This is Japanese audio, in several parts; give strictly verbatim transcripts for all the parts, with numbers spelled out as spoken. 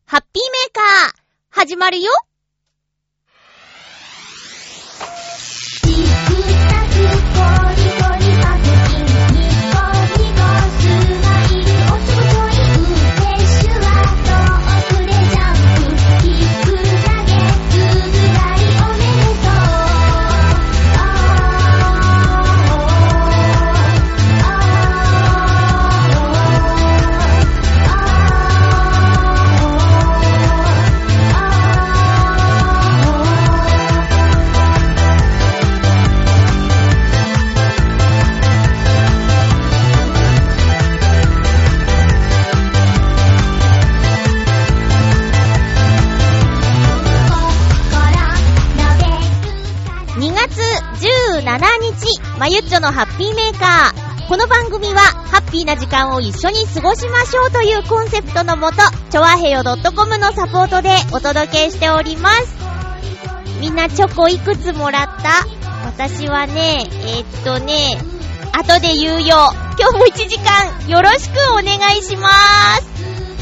ハッピーメーカー始まるよ。まゆっちょのハッピーメーカー。この番組はハッピーな時間を一緒に過ごしましょうというコンセプトのもと、チョアヘヨ .com のサポートでお届けしております。みんなチョコいくつもらった？私はね、えー、っとね、後で言うよ。今日もいちじかんよろしくお願いします。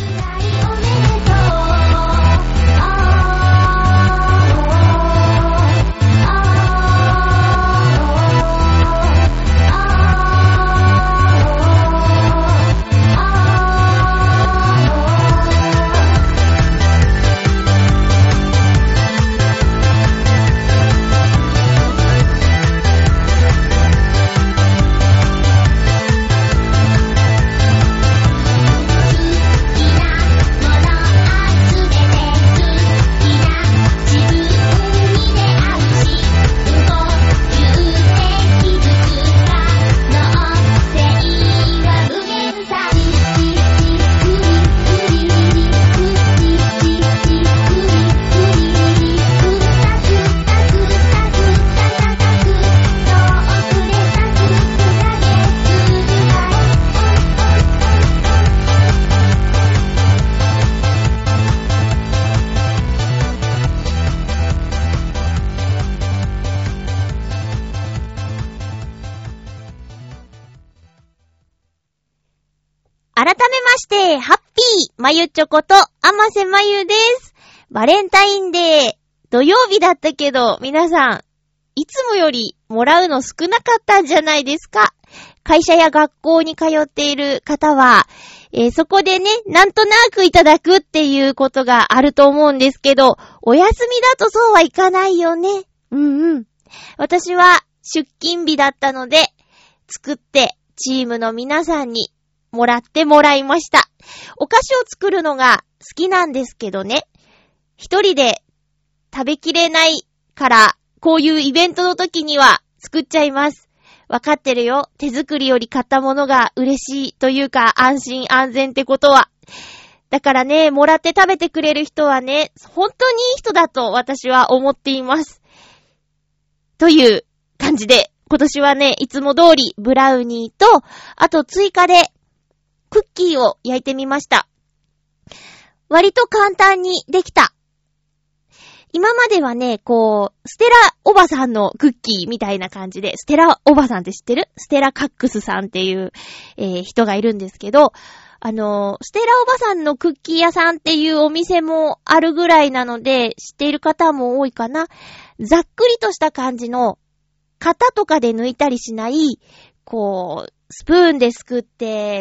改めまして、ハッピーまゆちょこと、あませまゆです。バレンタインデー、土曜日だったけど、皆さん、いつもよりもらうの少なかったんじゃないですか？会社や学校に通っている方は、えー、そこでね、なんとなくいただくっていうことがあると思うんですけど、お休みだとそうはいかないよね。うんうん。私は出勤日だったので、作ってチームの皆さんにもらってもらいました。お菓子を作るのが好きなんですけどね。一人で食べきれないから、こういうイベントの時には作っちゃいます。わかってるよ。手作りより買ったものが嬉しいというか、安心安全ってことは。だからね、もらって食べてくれる人はね、本当にいい人だと私は思っています。という感じで、今年はね、いつも通りブラウニーと、あと追加でクッキーを焼いてみました。割と簡単にできた。今まではね、こう、ステラおばさんのクッキーみたいな感じで、ステラおばさんって知ってる？ステラカックスさんっていう、えー、人がいるんですけど、あの、ステラおばさんのクッキー屋さんっていうお店もあるぐらいなので、知っている方も多いかな。ざっくりとした感じの、型とかで抜いたりしない、こう、スプーンですくって、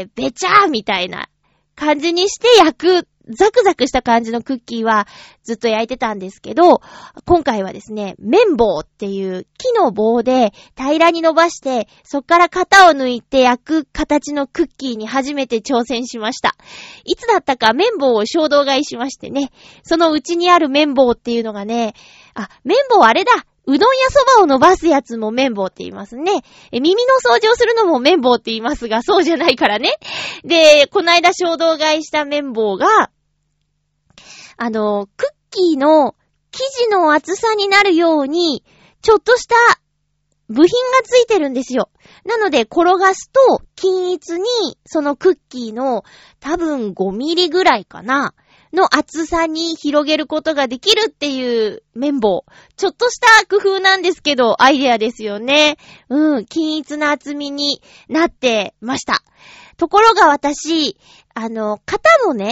べちゃーみたいな感じにして焼く、ザクザクした感じのクッキーはずっと焼いてたんですけど、今回はですね、綿棒っていう木の棒で平らに伸ばして、そっから型を抜いて焼く形のクッキーに初めて挑戦しました。いつだったか綿棒を衝動買いしましてね、そのうちにある綿棒っていうのがね、あ、綿棒あれだ！うどんやそばを伸ばすやつも綿棒って言いますね。え、耳の掃除をするのも綿棒って言いますが、そうじゃないからね。で、この間衝動買いした綿棒が、あの、クッキーの生地の厚さになるように、ちょっとした部品がついてるんですよ。なので、転がすと、均一に、そのクッキーの、多分ごミリぐらいかな。の厚さに広げることができるっていう綿棒。ちょっとした工夫なんですけど、アイデアですよね。うん、均一な厚みになってました。ところが私、あの、型もね、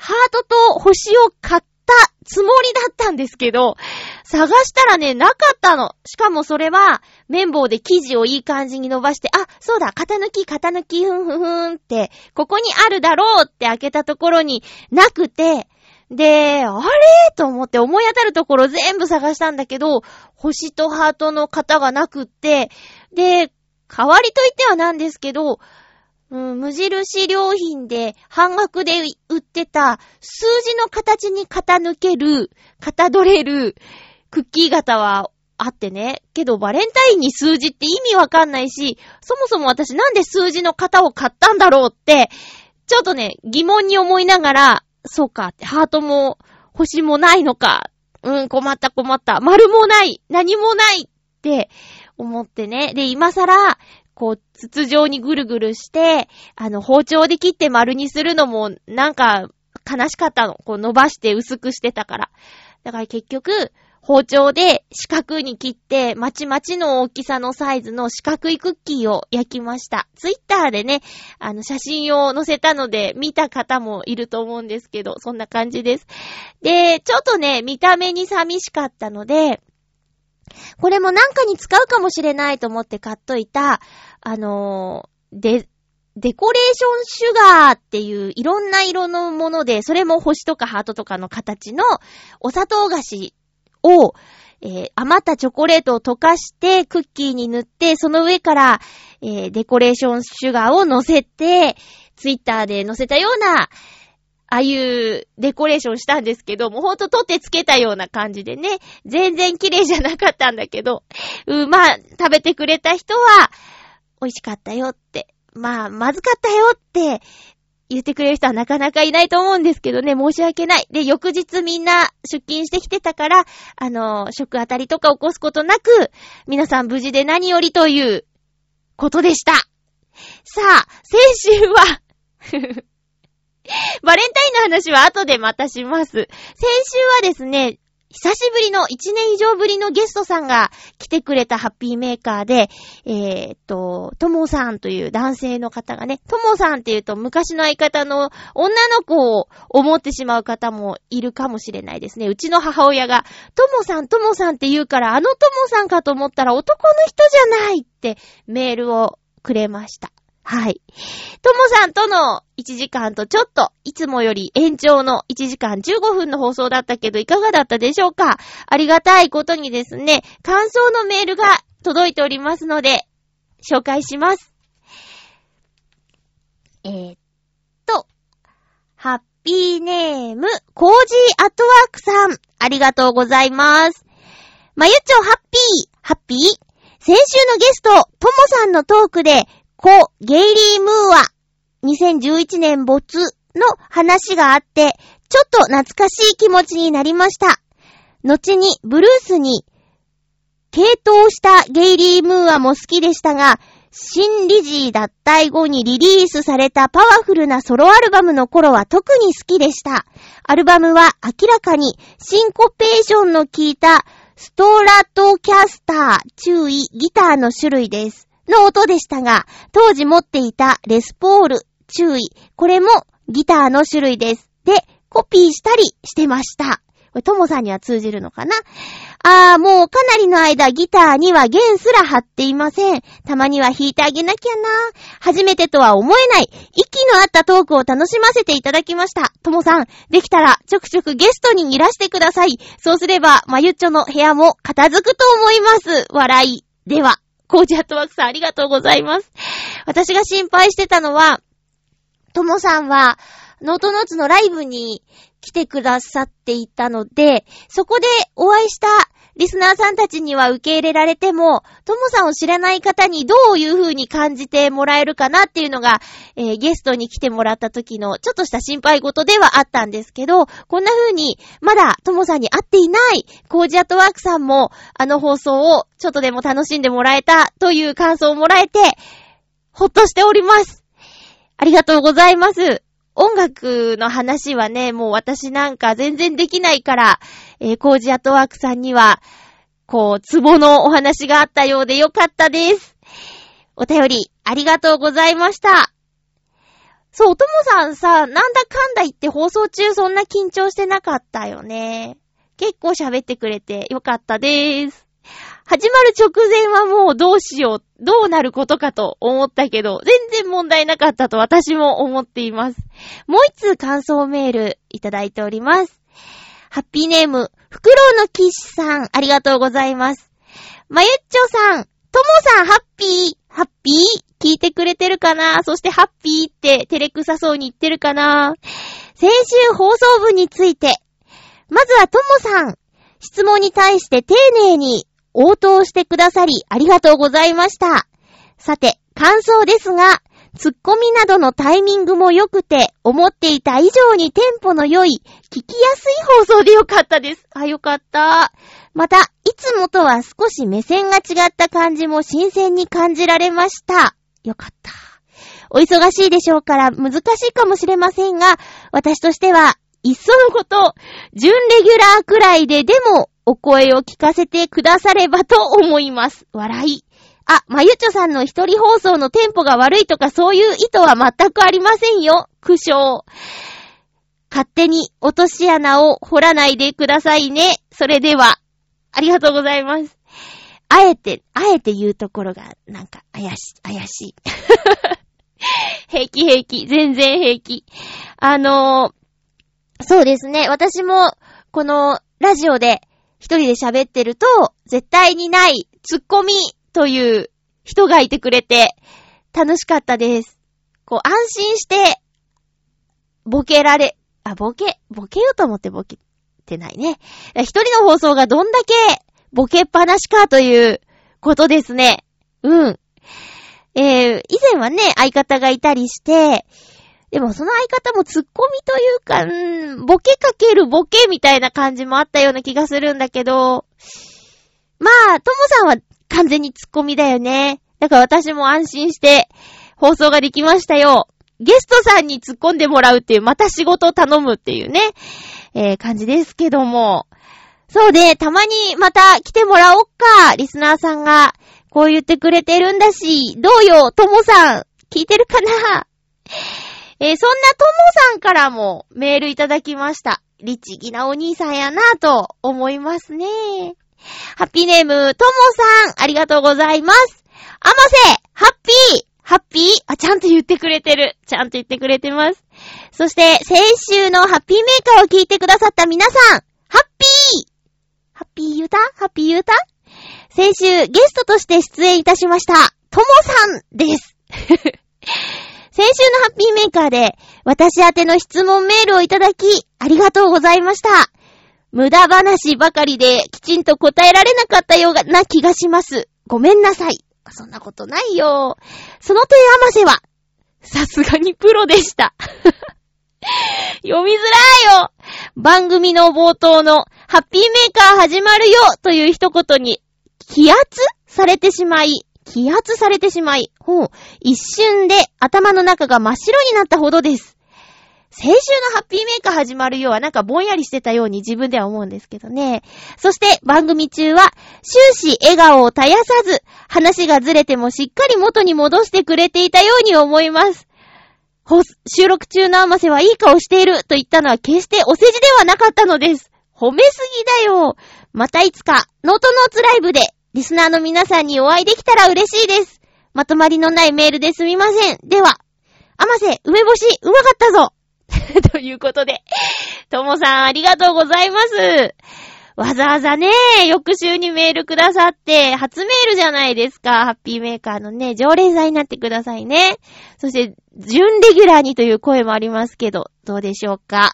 ハートと星を買ったつもりだったんですけど、探したらね、なかったの。しかもそれは、綿棒で生地をいい感じに伸ばして、あ、そうだ、型抜き、型抜き、ふんふんふんって、ここにあるだろうって開けたところになくて、で、あれと思って思い当たるところ全部探したんだけど、星とハートの型がなくって、で、代わりといってはなんですけど、うん、無印良品で半額で売ってた数字の形に型抜ける、型取れるクッキー型はあってね。けどバレンタインに数字って意味わかんないし、そもそも私なんで数字の型を買ったんだろうって、ちょっとね、疑問に思いながら、そうかって、ハートも星もないのか。うん、困った困った。丸もない。何もないって思ってね。で、今更、こう、筒状にぐるぐるして、あの、包丁で切って丸にするのも、なんか、悲しかったの。こう、伸ばして薄くしてたから。だから結局、包丁で四角に切って、まちまちの大きさのサイズの四角いクッキーを焼きました。ツイッターでね、あの、写真を載せたので、見た方もいると思うんですけど、そんな感じです。で、ちょっとね、見た目に寂しかったので、これもなんかに使うかもしれないと思って買っといた、あのー、で、デコレーションシュガーっていういろんな色のもので、それも星とかハートとかの形のお砂糖菓子を、えー、余ったチョコレートを溶かしてクッキーに塗って、その上から、えー、デコレーションシュガーを乗せて、ツイッターで載せたような、ああいうデコレーションしたんですけど、もうほんと取ってつけたような感じでね、全然綺麗じゃなかったんだけど、うまあ、食べてくれた人は、美味しかったよって、まあ、まずかったよって言ってくれる人はなかなかいないと思うんですけどね、申し訳ない。で、翌日みんな出勤してきてたから、あの、食当たりとか起こすことなく、皆さん無事で何よりということでした。さあ、先週は、バレンタインの話は後でまたします。先週はですね、久しぶりのいちねん以上ぶりのゲストさんが来てくれたハッピーメーカーで、えー、っと、ともさんという男性の方がね、ともさんっていうと昔の相方の女の子を思ってしまう方もいるかもしれないですね。うちの母親が、ともさんともさんって言うから、あのともさんかと思ったら男の人じゃないってメールをくれました。はい。ともさんとのいちじかんとちょっと、いつもより延長のいちじかんじゅうごふんの放送だったけど、いかがだったでしょうか？ありがたいことにですね、感想のメールが届いておりますので、紹介します。えー、っと、ハッピーネーム、コージーアットワークさん、ありがとうございます。まゆちょハッピー、ハッピー。先週のゲスト、ともさんのトークで、コ・ゲイリー・ムーアにせんじゅういちねん没の話があって、ちょっと懐かしい気持ちになりました。後にブルースに傾倒したゲイリー・ムーアも好きでしたが、新リジー脱退後にリリースされたパワフルなソロアルバムの頃は特に好きでした。アルバムは明らかにシンコペーションの効いたストラトキャスター注意ギターの種類です。の音でしたが、当時持っていたレスポール、注意、これもギターの種類です。で、コピーしたりしてました。これ、トモさんには通じるのかな？あー、もうかなりの間ギターには弦すら張っていません。たまには弾いてあげなきゃな。初めてとは思えない、息の合ったトークを楽しませていただきました。トモさん、できたらちょくちょくゲストにいらしてください。そうすれば、まゆっちょの部屋も片付くと思います。笑い。では。コージアットワークさんありがとうございます。私が心配してたのは、ともさんはノートノーツのライブに来てくださっていたので、そこでお会いしたリスナーさんたちには受け入れられても、ともさんを知らない方にどういう風に感じてもらえるかなっていうのが、えー、ゲストに来てもらった時のちょっとした心配事ではあったんですけど、こんな風にまだともさんに会っていないコージアットワークさんもあの放送をちょっとでも楽しんでもらえたという感想をもらえて、ほっとしております。ありがとうございます。音楽の話はね、もう私なんか全然できないから、えー、コージアットワークさんには、こう、ツボのお話があったようでよかったです。お便り、ありがとうございました。 そう、ともさんさ、なんだかんだ言って放送中そんな緊張してなかったよね。結構喋ってくれてよかったです。始まる直前はもうどうしよう、どうなることかと思ったけど、全然問題なかったと私も思っています。もう一通感想メールいただいております。ハッピーネーム、フクロウの騎士さん、ありがとうございます。まゆっちょさん、ともさんハッピー、ハッピー聞いてくれてるかな？そしてハッピーって照れくさそうに言ってるかな？先週放送分について、まずはともさん、質問に対して丁寧に応答してくださりありがとうございました。さて、感想ですが、ツッコミなどのタイミングも良くて、思っていた以上にテンポの良い、聞きやすい放送でよかったです。あ、よかった。また、いつもとは少し目線が違った感じも新鮮に感じられました。よかった。お忙しいでしょうから難しいかもしれませんが、私としては、いっそのこと、準レギュラーくらいででもお声を聞かせてくださればと思います。笑い。あ、まゆちょさんの一人放送のテンポが悪いとかそういう意図は全くありませんよ。苦笑。勝手に落とし穴を掘らないでくださいね。それでは、ありがとうございます。あえて、あえて言うところがなんか怪しい、怪しい。平気平気、全然平気。あのー、そうですね。私もこのラジオで一人で喋ってると絶対にないツッコミという人がいてくれて楽しかったです。こう安心してボケられ、あ、ボケ、ボケようと思ってボケてないね。一人の放送がどんだけボケっぱなしかということですね。うん。えー、以前はね、相方がいたりして、でもその相方もツッコミというか、んー、ボケかけるボケみたいな感じもあったような気がするんだけど、まあ、ともさんは完全にツッコミだよね。だから私も安心して放送ができましたよ。ゲストさんに突っ込んでもらうっていう、また仕事を頼むっていうね、えー、感じですけども。そうで、たまにまた来てもらおっか。リスナーさんがこう言ってくれてるんだし、どうよ、ともさん。聞いてるかな？えー、そんなともさんからもメールいただきました。律儀なお兄さんやなと思いますね。ハッピーネーム、ともさん、ありがとうございます。あませ、ハッピー、ハッピー、あ、ちゃんと言ってくれてる。ちゃんと言ってくれてます。そして、先週のハッピーメーカーを聞いてくださった皆さん、ハッピーハッピー言うたハッピー言うた先週、ゲストとして出演いたしました、ともさんです。先週のハッピーメーカーで、私宛ての質問メールをいただき、ありがとうございました。無駄話ばかりできちんと答えられなかったような気がします。ごめんなさい。そんなことないよ。その点あませは、さすがにプロでした。読みづらいよ。番組の冒頭のハッピーメーカー始まるよという一言に気圧されてしまい、気圧されてしまい、ほう、一瞬で頭の中が真っ白になったほどです。先週のハッピーメーカー始まるようはなんかぼんやりしてたように自分では思うんですけどね。そして番組中は終始笑顔を絶やさず、話がずれてもしっかり元に戻してくれていたように思います。収録中のあませはいい顔していると言ったのは決してお世辞ではなかったのです。褒めすぎだよ。またいつかノートノーツライブでリスナーの皆さんにお会いできたら嬉しいです。まとまりのないメールですみません。では、あませ、梅干しうまかったぞ。ということで、ともさんありがとうございます。わざわざね、翌週にメールくださって、初メールじゃないですか。ハッピーメーカーのね、常連さんになってくださいね。そして、準レギュラーにという声もありますけど、どうでしょうか。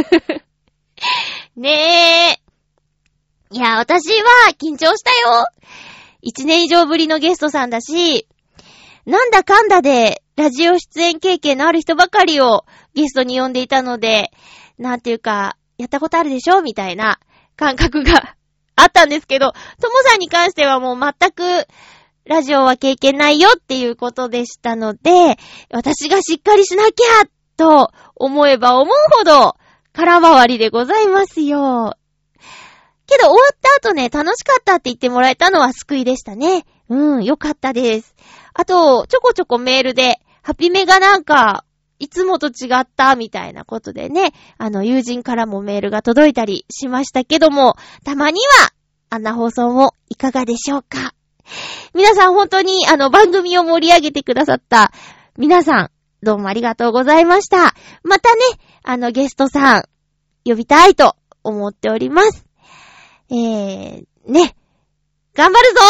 ねえ。いや、私は緊張したよ。一年以上ぶりのゲストさんだし、なんだかんだでラジオ出演経験のある人ばかりをゲストに呼んでいたので、なんていうか、やったことあるでしょみたいな感覚があったんですけど、ともさんに関してはもう全くラジオは経験ないよっていうことでしたので、私がしっかりしなきゃと思えば思うほど空回りでございますよ。けど終わった後ね、楽しかったって言ってもらえたのは救いでしたね。うん、よかったです。あと、ちょこちょこメールで、ハピメがなんか、 いつもと違ったみたいなことでね、あの友人からもメールが届いたりしましたけども、たまにはあんな放送もいかがでしょうか。皆さん本当にあの番組を盛り上げてくださった皆さん、どうもありがとうございました。またね、あのゲストさん呼びたいと思っております。えー、ね、頑張るぞ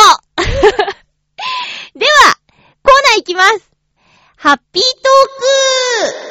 では、コーナーいきます。ハッピートーク。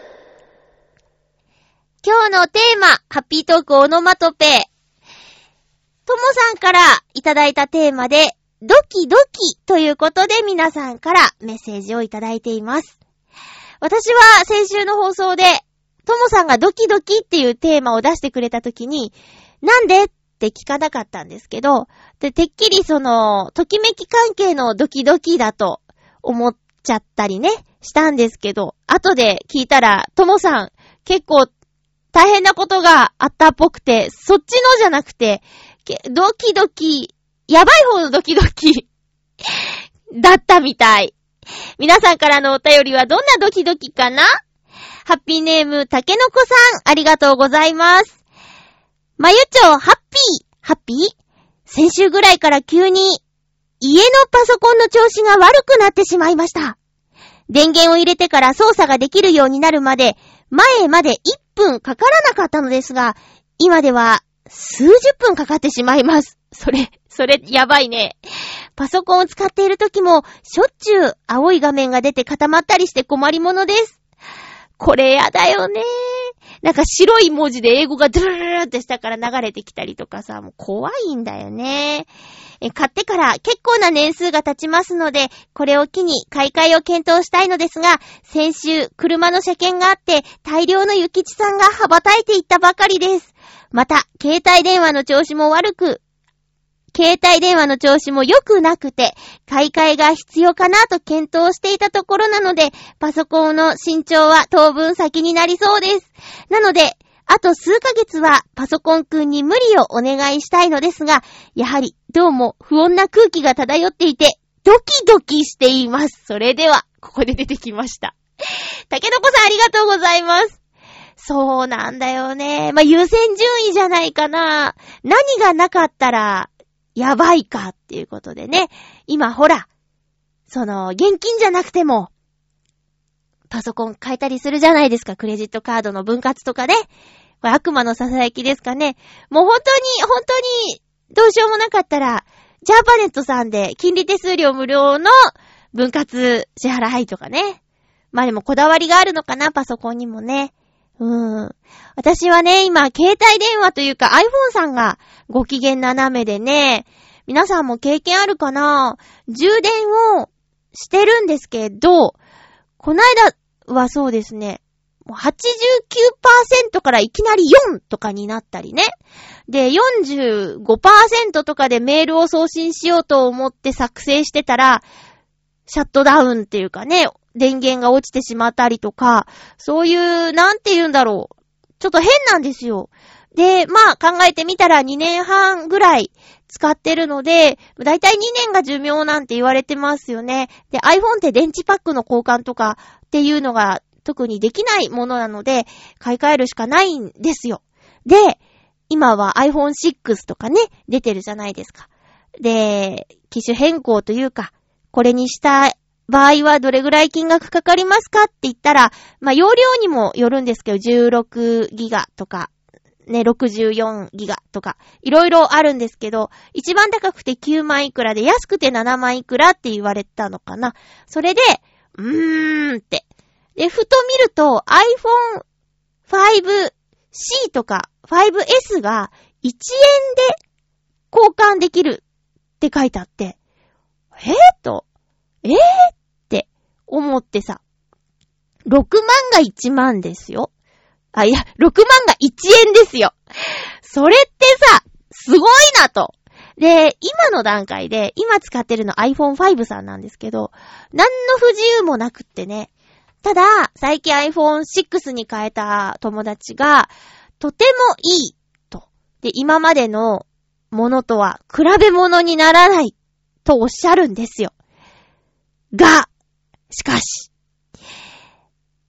今日のテーマ、ハッピートークオノマトペ。ともさんからいただいたテーマで、ドキドキということで皆さんからメッセージをいただいています。私は先週の放送で、ともさんがドキドキっていうテーマを出してくれたときに、なんでって聞かなかったんですけど、で、てっきりその、ときめき関係のドキドキだと思っちゃったりね、したんですけど、後で聞いたら、ともさん結構大変なことがあったっぽくて、そっちのじゃなくて、ドキドキ、やばい方のドキドキだったみたい。皆さんからのお便りはどんなドキドキかな？ハッピーネームたけのこさん、ありがとうございます。まゆちょハッピー、ハッピー？先週ぐらいから急に家のパソコンの調子が悪くなってしまいました。電源を入れてから操作ができるようになるまで前までいっぷんかからなかったのですが、今では数十分かかってしまいます。それ、それやばいね。パソコンを使っている時もしょっちゅう青い画面が出て固まったりして困りものです。これやだよね。なんか白い文字で英語がドゥルルルルって下から流れてきたりとかさ、もう怖いんだよね。え、買ってから結構な年数が経ちますので、これを機に買い替えを検討したいのですが、先週車の車検があって大量の諭吉さんが羽ばたいていったばかりです。また、携帯電話の調子も悪く、携帯電話の調子も良くなくて、買い替えが必要かなと検討していたところなので、パソコンの新調は当分先になりそうです。なので、あと数ヶ月はパソコンくんに無理をお願いしたいのですが、やはりどうも不穏な空気が漂っていて、ドキドキしています。それでは、ここで出てきました。たけのこさんありがとうございます。そうなんだよね。まあ、優先順位じゃないかな。何がなかったら、やばいかっていうことでね。今ほら、その、現金じゃなくても、パソコン変えたりするじゃないですか。クレジットカードの分割とかね。これ悪魔のささやきですかね。もう本当に、本当に、どうしようもなかったら、ジャーパネットさんで金利手数料無料の分割支払いとかね。まあでもこだわりがあるのかな、パソコンにもね。うん。私はね、今、携帯電話というか iPhone さんがご機嫌斜めでね、皆さんも経験あるかな？充電をしてるんですけど、こないだはそうですね、はちじゅうきゅうパーセント からいきなりよんとかになったりね。で、よんじゅうごパーセント とかでメールを送信しようと思って作成してたら、シャットダウンっていうかね、電源が落ちてしまったりとか、そういう、なんて言うんだろう。ちょっと変なんですよ。で、まあ考えてみたらにねんはんぐらい使ってるので、だいたいにねんが寿命なんて言われてますよね。で、iPhone って電池パックの交換とかっていうのが特にできないものなので、買い替えるしかないんですよ。で、今は アイフォンシックス とかね、出てるじゃないですか。で、機種変更というか、これにした場合はどれぐらい金額かかりますかって言ったら、まあ容量にもよるんですけど、じゅうろくギガとか、ね、ろくじゅうよんギガとか、いろいろあるんですけど、一番高くてきゅうまんいくらで、安くてななまんいくらって言われたのかな。それで、うーんって。で、ふと見ると アイフォンファイブシー とか ファイブエス がいちえんで交換できるって書いてあって、えーと、えーって思ってさ、ろくまんがいちまんですよ。あ、いや、ろくまんがいちえんですよ。それってさ、すごいなと。で、今の段階で、今使ってるの アイフォンファイブ さんなんですけど、何の不自由もなくってね。ただ、最近 アイフォンシックス に変えた友達が、とてもいいと。で、今までのものとは比べ物にならないとおっしゃるんですよ。が、しかし、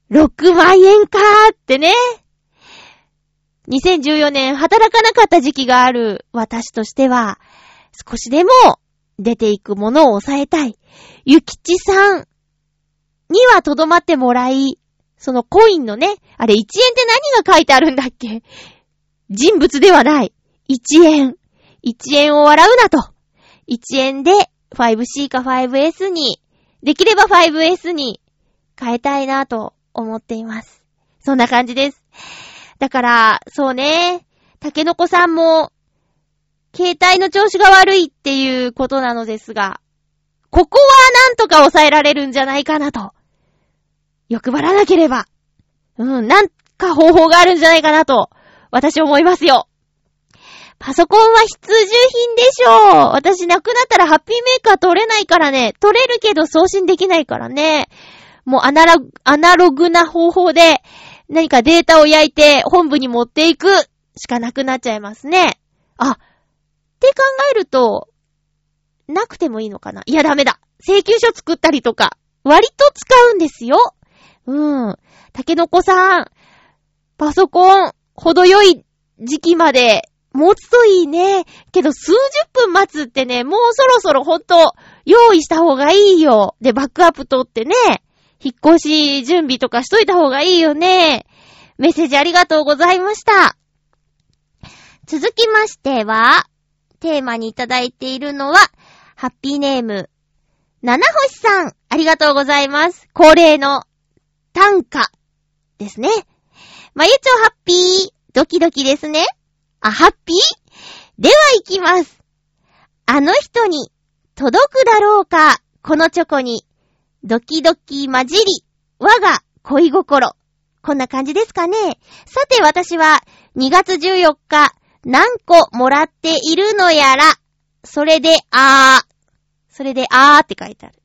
ろくまんえんかーってね。にせんじゅうよねん働かなかった時期がある私としては、少しでも出ていくものを抑えたい。ゆきちさんにはとどまってもらい、そのコインのね、あれいちえんって何が書いてあるんだっけ？人物ではない。いちえん。いちえんを笑うなと。いちえんで ファイブシー か ファイブエス に、できれば ファイブエス に変えたいなと思っています。そんな感じです。だから、そうね、たけのこさんも、携帯の調子が悪いっていうことなのですが、ここはなんとか抑えられるんじゃないかなと。欲張らなければ。うん、なんか方法があるんじゃないかなと、私思いますよ。パソコンは必需品でしょう。私なくなったらハッピーメーカー取れないからね。取れるけど送信できないからね。もうアナログ、アナログな方法で何かデータを焼いて本部に持っていくしかなくなっちゃいますね。あ、って考えると、なくてもいいのかな。いやダメだ。請求書作ったりとか、割と使うんですよ。うん。たけのこさん、パソコン、程よい時期まで持つといいね。けど数十分待つってね、もうそろそろほんと用意した方がいいよ。で、バックアップ取ってね、引っ越し準備とかしといた方がいいよね。メッセージありがとうございました。続きましては、テーマにいただいているのは、ハッピーネーム、七星さん、ありがとうございます。恒例の短歌ですね。まゆちょハッピー、ドキドキですね。あ、ハッピー？では行きます。あの人に届くだろうか、このチョコに、ドキドキ混じり、我が恋心。こんな感じですかね。さて私はにがつじゅうよっか、何個もらっているのやら、それであー。それであーって書いてある。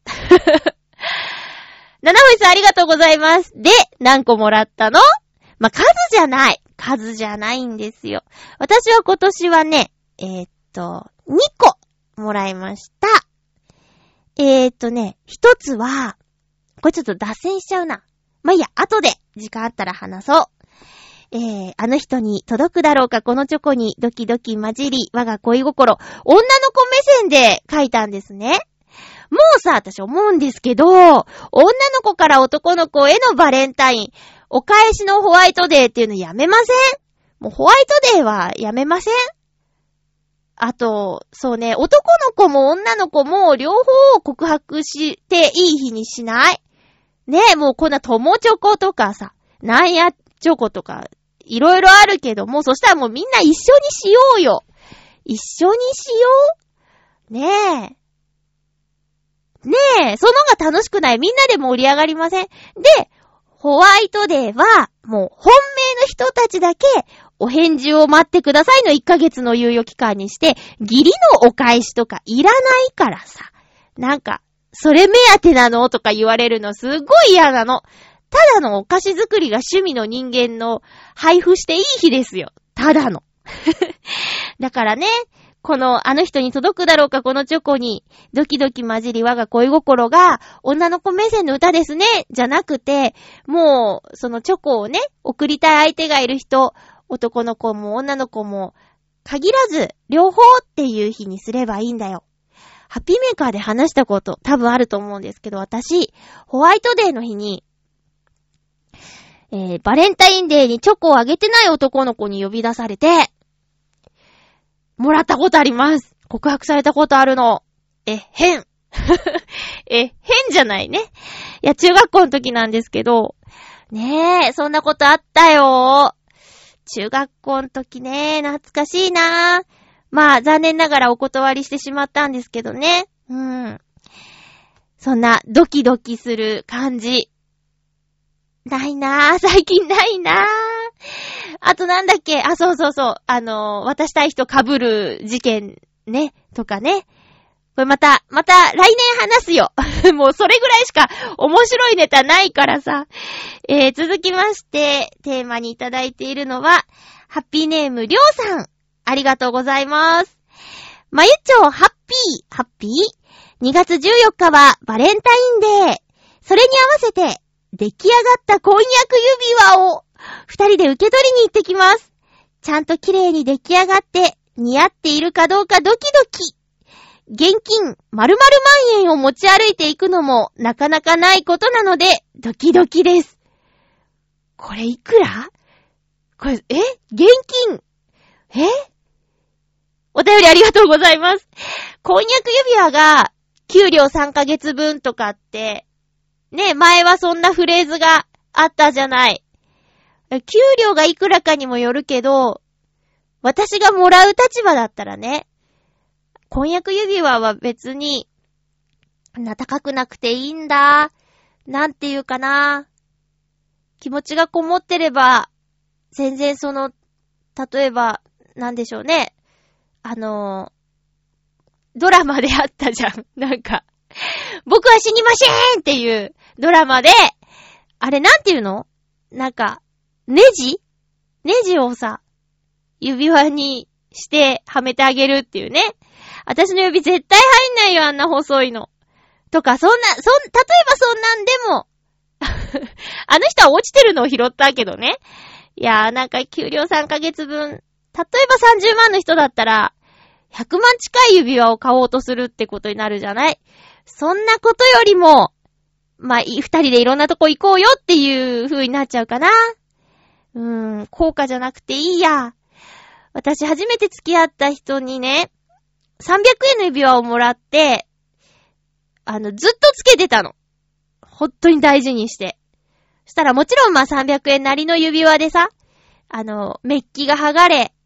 七星さんありがとうございます。で、何個もらったの？まあ、数じゃない。数じゃないんですよ。私は今年はね、えー、っと、にこもらいました。えー、っとね、一つは、これちょっと脱線しちゃうな。まあ、いいや、後で時間あったら話そう。えー、あの人に届くだろうかこのチョコにドキドキ混じり我が恋心。女の子目線で書いたんですね。もうさ、私思うんですけど、女の子から男の子へのバレンタイン、お返しのホワイトデーっていうのやめません？もうホワイトデーはやめません？あと、そうね、男の子も女の子も両方告白していい日にしない？ねえ、もうこんな友チョコとかさ、なんやチョコとか、いろいろあるけども、そしたらもうみんな一緒にしようよ。一緒にしよう？ねえ。ねえ、そのが楽しくない？みんなで盛り上がりません？で、ホワイトデーは、もう本命の人たちだけ、お返事を待ってくださいのいっかげつの猶予期間にして、義理のお返しとかいらないからさ。なんか、それ目当てなのとか言われるのすごい嫌なの。ただのお菓子作りが趣味の人間の配布していい日ですよ。ただの。だからね、このあの人に届くだろうかこのチョコにドキドキ混じり我が恋心が女の子目線の歌ですね。じゃなくて、もうそのチョコをね、送りたい相手がいる人、男の子も女の子も限らず両方っていう日にすればいいんだよ。ハッピーメーカーで話したこと多分あると思うんですけど、私、ホワイトデーの日にえー、バレンタインデーにチョコをあげてない男の子に呼び出されて、もらったことあります。告白されたことあるの。え、変。え、変じゃないね。いや、中学校の時なんですけど、ねえ、そんなことあったよ。中学校の時ね、懐かしいな。まあ、残念ながらお断りしてしまったんですけどね。うん。そんなドキドキする感じ。ないなぁ。最近ないなぁ。あとなんだっけ。あ、そうそうそう。あのー、渡したい人被る事件ね。とかね。これまた、また来年話すよ。もうそれぐらいしか面白いネタないからさ。えー、続きまして、テーマにいただいているのは、ハッピーネームりょうさん。ありがとうございます。まゆちょハッピー、ハッピー ?に 月じゅうよっかはバレンタインデー。それに合わせて、 出来上がった婚約指輪を二人で受け取りに行ってきます。ちゃんと綺麗に出来上がって似合っているかどうかドキドキ。現金丸々万円を持ち歩いていくのもなかなかないことなのでドキドキです。これいくら？これ、え？現金？え？お便りありがとうございます。婚約指輪が給料さんかげつぶんとかって、ね、前はそんなフレーズがあったじゃない。給料がいくらかにもよるけど、私がもらう立場だったらね、婚約指輪は別に、な、高くなくていいんだ。なんていうかな。気持ちがこもってれば、全然その、例えば、なんでしょうね。あの、ドラマであったじゃん。なんか、僕は死にませんっていうドラマで、あれなんていうの？なんか、ネジ？ネジをさ、指輪にしてはめてあげるっていうね。私の指絶対入んないよ、あんな細いの。とか、そんな、そん、例えばそんなんでも、あの人は落ちてるのを拾ったけどね。いやーなんか給料さんかげつぶん、例えばさんじゅうまんの人だったら、ひゃくまん近い指輪を買おうとするってことになるじゃない？そんなことよりも、まあ、二人でいろんなとこ行こうよっていう風になっちゃうかな。うーん、高価じゃなくていいや。私初めて付き合った人にね、さんびゃくえんの指輪をもらって、あの、ずっとつけてたの。本当に大事にして。そしたらもちろんまあさんびゃくえんなりの指輪でさ、あの、メッキが剥がれ、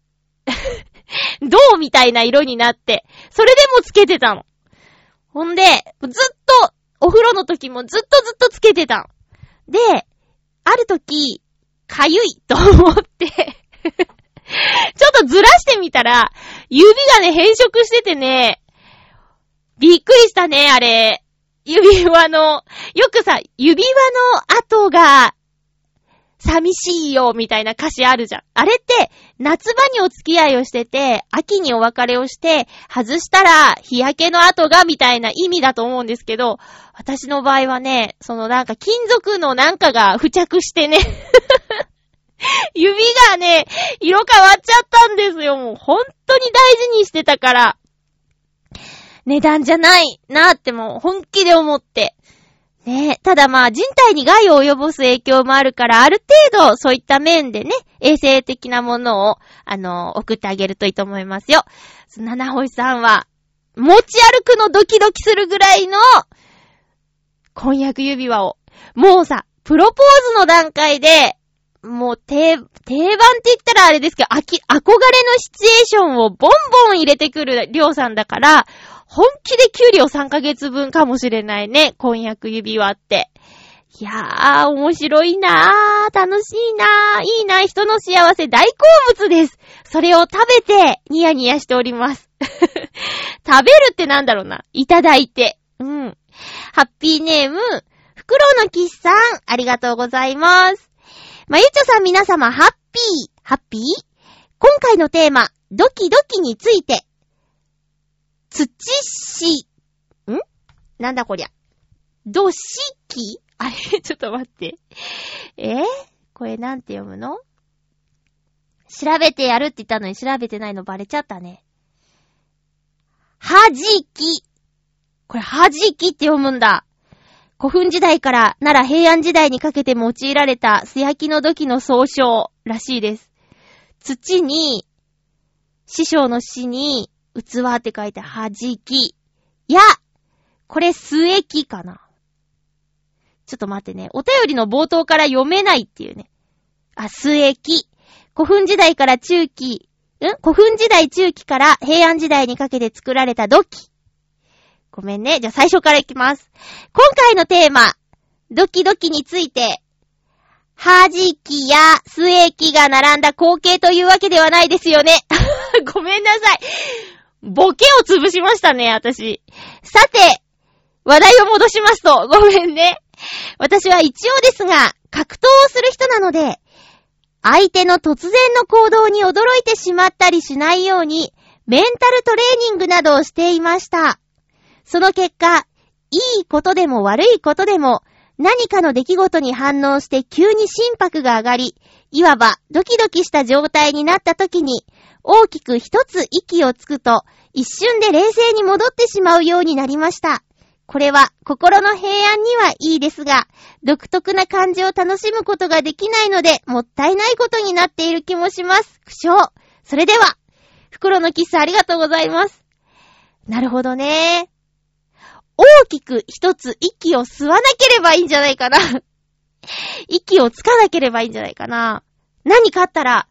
銅みたいな色になって、それでもつけてたの。ほんで、ずっと、お風呂の時もずっとずっとつけてたの。で、ある時、かゆいと思って、ちょっとずらしてみたら、指がね、変色しててね、びっくりしたね、あれ。指輪の、よくさ、指輪の跡が、寂しいよ、みたいな歌詞あるじゃん。あれって、夏場にお付き合いをしてて、秋にお別れをして、外したら、日焼けの跡が、みたいな意味だと思うんですけど、私の場合はね、そのなんか金属のなんかが付着してね、指がね、色変わっちゃったんですよ。もう本当に大事にしてたから。値段じゃないなってもう本気で思って。ねえ、ただまあ人体に害を及ぼす影響もあるから、ある程度そういった面でね、衛生的なものを、あの、送ってあげるといいと思いますよ。七星さんは、持ち歩くのドキドキするぐらいの婚約指輪を、もうさ、プロポーズの段階で、もう定、定番って言ったらあれですけど、あき、憧れのシチュエーションをボンボン入れてくるりょうさんだから、本気で給料さんかげつぶんかもしれないね、婚約指輪って。いやー、面白いなー、楽しいなー、いいな、人の幸せ大好物です。それを食べて、ニヤニヤしております。食べるってなんだろうな、いただいて。うん。ハッピーネーム、フクロウのキスさん、ありがとうございます。まゆちょさん皆様、ハッピー、ハッピー？今回のテーマ、ドキドキについて、土し、ん？なんだこりゃ。どしき？あれちょっと待って。えー、これなんて読むの？調べてやるって言ったのに調べてないのバレちゃったね。はじき。これはじきって読むんだ。古墳時代から奈良平安時代にかけて用いられた素焼きの土器の総称らしいです。土に、師匠の師に、器って書いてはじき。いや、これ末木かな。ちょっと待ってね。お便りの冒頭から読めないっていうね。あ、末木。古墳時代から中期、ん古墳時代中期から平安時代にかけて作られた土器。ごめんね。じゃあ最初からいきます。今回のテーマ、ドキドキについて、はじきや末木が並んだ光景というわけではないですよね。ごめんなさい。ボケを潰しましたね、私。さて、話題を戻しますと、ごめんね。私は一応ですが、格闘をする人なので、相手の突然の行動に驚いてしまったりしないように、メンタルトレーニングなどをしていました。その結果、いいことでも悪いことでも、 何かの出来事に反応して急に心拍が上がり、いわばドキドキした状態になった時に、大きく一つ息をつくと、一瞬で冷静に戻ってしまうようになりました。これは心の平安にはいいですが、独特な感じを楽しむことができないので、もったいないことになっている気もします。苦笑。それでは、袋のキスありがとうございます。なるほどね。大きく一つ息を吸わなければいいんじゃないかな。息をつかなければいいんじゃないかな。何かあったら、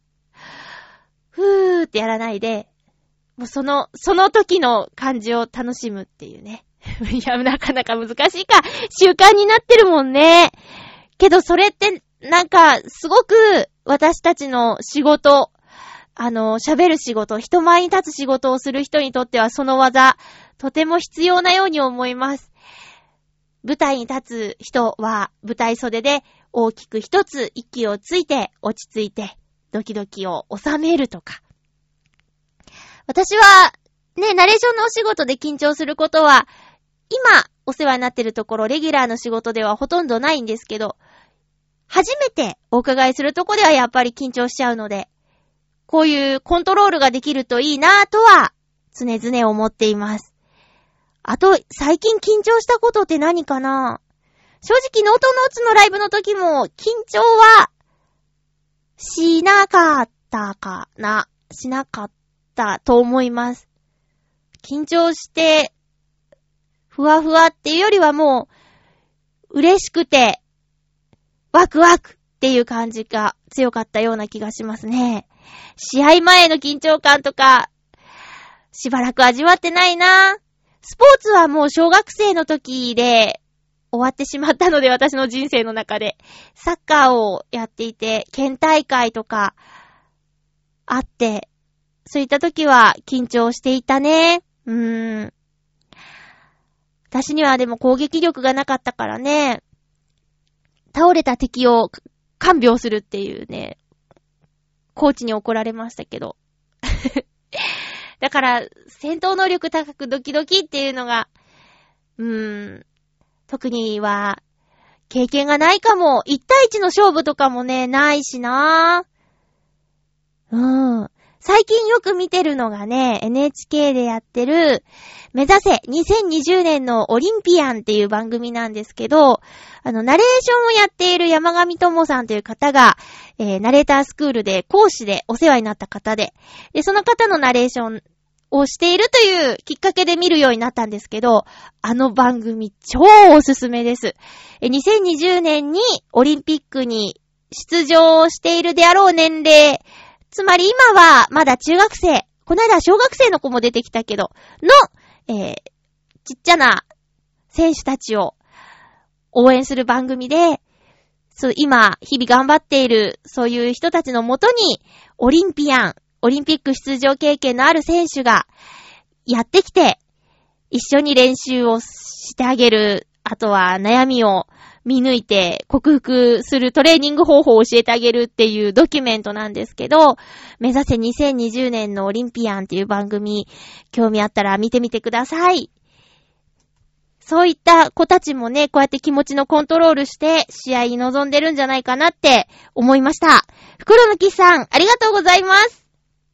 ふーってやらないで、もうその、その時の感じを楽しむっていうね。いや、なかなか難しいか。習慣になってるもんね。けどそれって、なんか、すごく私たちの仕事、あの、喋る仕事、人前に立つ仕事をする人にとってはその技、とても必要なように思います。舞台に立つ人は舞台袖で大きく一つ息をついて落ち着いてドキドキを収めるとか。私はね、ナレーションのお仕事で緊張することは今お世話になっているところレギュラーの仕事ではほとんどないんですけど、初めてお伺いするところではやっぱり緊張しちゃうので、こういうコントロールができるといいなぁとは常々思っています。あと、最近緊張したことって何かな？正直ノートノーツのライブの時も緊張はしなかったかな。しなかったと思います。緊張してふわふわっていうよりはもう嬉しくてワクワクっていう感じが強かったような気がしますね。試合前の緊張感とかしばらく味わってないな。スポーツはもう小学生の時で終わってしまったので、私の人生の中でサッカーをやっていて県大会とかあって、そういった時は緊張していたね。うーん。私にはでも攻撃力がなかったからね、倒れた敵を看病するっていうね、コーチに怒られましたけど。だから、戦闘能力高くドキドキっていうのが、うーん、特には、経験がないかも。一対一の勝負とかもね、ないしなぁ。うん。最近よく見てるのがね、エヌエイチケー でやってる、目指せにせんにじゅうねんのオリンピアンっていう番組なんですけど、あの、ナレーションをやっている山上智さんという方が、えー、ナレータースクールで講師でお世話になった方で、で、その方のナレーションをしているというきっかけで見るようになったんですけど、あの番組超おすすめです。え、にせんにじゅうねんにオリンピックに出場しているであろう年齢、つまり今はまだ中学生、この間小学生の子も出てきたけど、の、えー、ちっちゃな選手たちを応援する番組で、そう、今、日々頑張っている、そういう人たちのもとに、オリンピアン、オリンピック出場経験のある選手がやってきて、一緒に練習をしてあげる、あとは悩みを見抜いて克服するトレーニング方法を教えてあげるっていうドキュメントなんですけど、目指せにせんにじゅうねんのオリンピアンっていう番組、興味あったら見てみてください。そういった子たちもね、こうやって気持ちのコントロールして試合に臨んでるんじゃないかなって思いました。袋のきさん、ありがとうございます。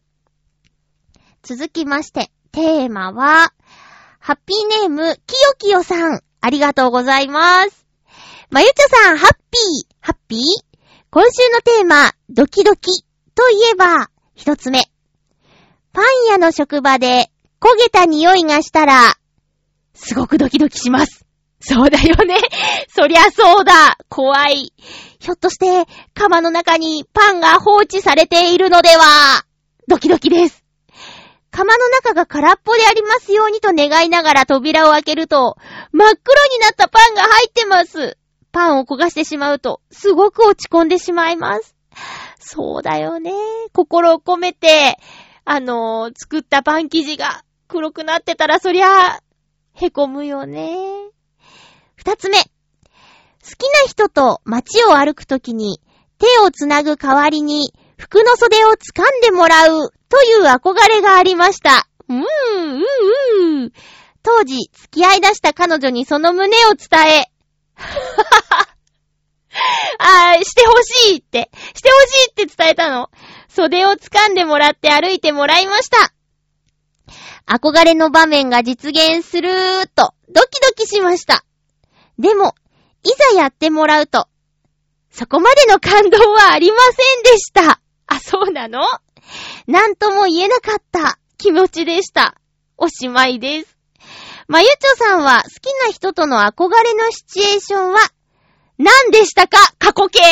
続きまして、テーマは、ハッピーネーム、きよきよさん、ありがとうございます。まゆちょさん、ハッピー、ハッピー。今週のテーマ、ドキドキといえば、一つ目。パン屋の職場で焦げた匂いがしたら、すごくドキドキします。そうだよね。そりゃそうだ。怖い。ひょっとして、釜の中にパンが放置されているのでは。ドキドキです。釜の中が空っぽでありますようにと願いながら扉を開けると、真っ黒になったパンが入ってます。パンを焦がしてしまうと、すごく落ち込んでしまいます。そうだよね。心を込めて、あのー、作ったパン生地が黒くなってたらそりゃ、へこむよね。二つ目。好きな人と街を歩くときに手をつなぐ代わりに服の袖を掴んでもらうという憧れがありました。うーん、うーん。当時付き合い出した彼女にその旨を伝え、 あー、してほしいって、してほしいって伝えたの。袖を掴んでもらって歩いてもらいました。憧れの場面が実現するーと、ドキドキしました。でも、いざやってもらうと、そこまでの感動はありませんでした。あ、そうなの？なんとも言えなかった気持ちでした。おしまいです。まゆちょさんは好きな人との憧れのシチュエーションは何でしたか？過去形。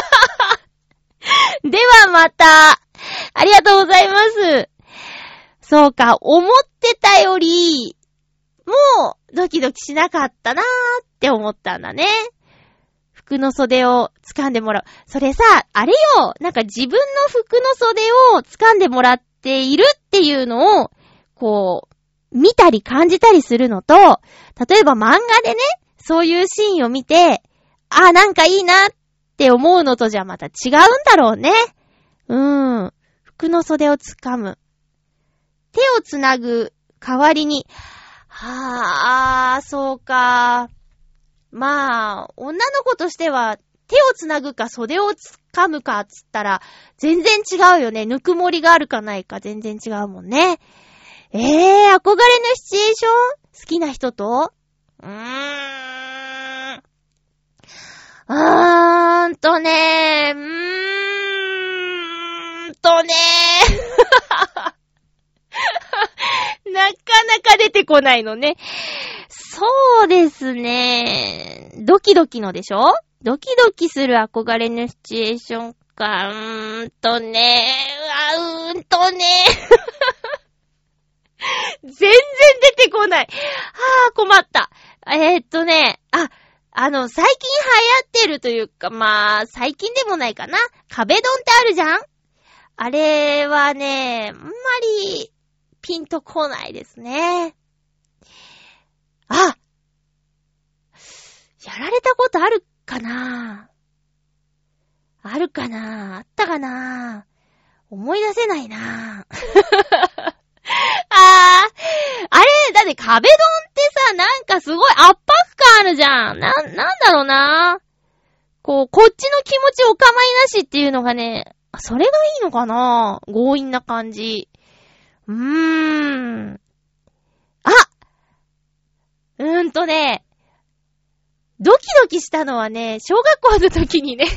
ではまた。ありがとうございます。そうか、思ってたより、もうドキドキしなかったなーって思ったんだね。服の袖を掴んでもらう。それさ、あれよ、なんか自分の服の袖を掴んでもらっているっていうのを、こう、見たり感じたりするのと、例えば漫画でね、そういうシーンを見て、あーなんかいいなって思うのとじゃまた違うんだろうね。うーん。服の袖を掴む。手をつなぐ代わりに、はあ、そうか。まあ、女の子としては、手をつなぐか袖を掴むかっつったら、全然違うよね。ぬくもりがあるかないか全然違うもんね。えー、憧れのシチュエーション？好きな人と？うーん。うーんとねー、うーんとねー。なかなか出てこないのね。そうですね。ドキドキのでしょ？ドキドキする憧れのシチュエーションか。うーんとねー、うーんとねー。全然出てこない。はぁ、困った。えー、っとね、あ、あの、最近流行ってるというか、まあ、最近でもないかな。壁ドンってあるじゃん？あれはね、あんまりピンとこないですね。あ！やられたことあるかな？あるかな？あったかな？思い出せないな。あー、あれ、だって壁ドンってさ、なんかすごい圧迫感あるじゃん。な、なんだろうな。こう、こっちの気持ちお構いなしっていうのがね、それがいいのかな？強引な感じ。うーん。あ！うーんとね、ドキドキしたのはね、小学校の時にね。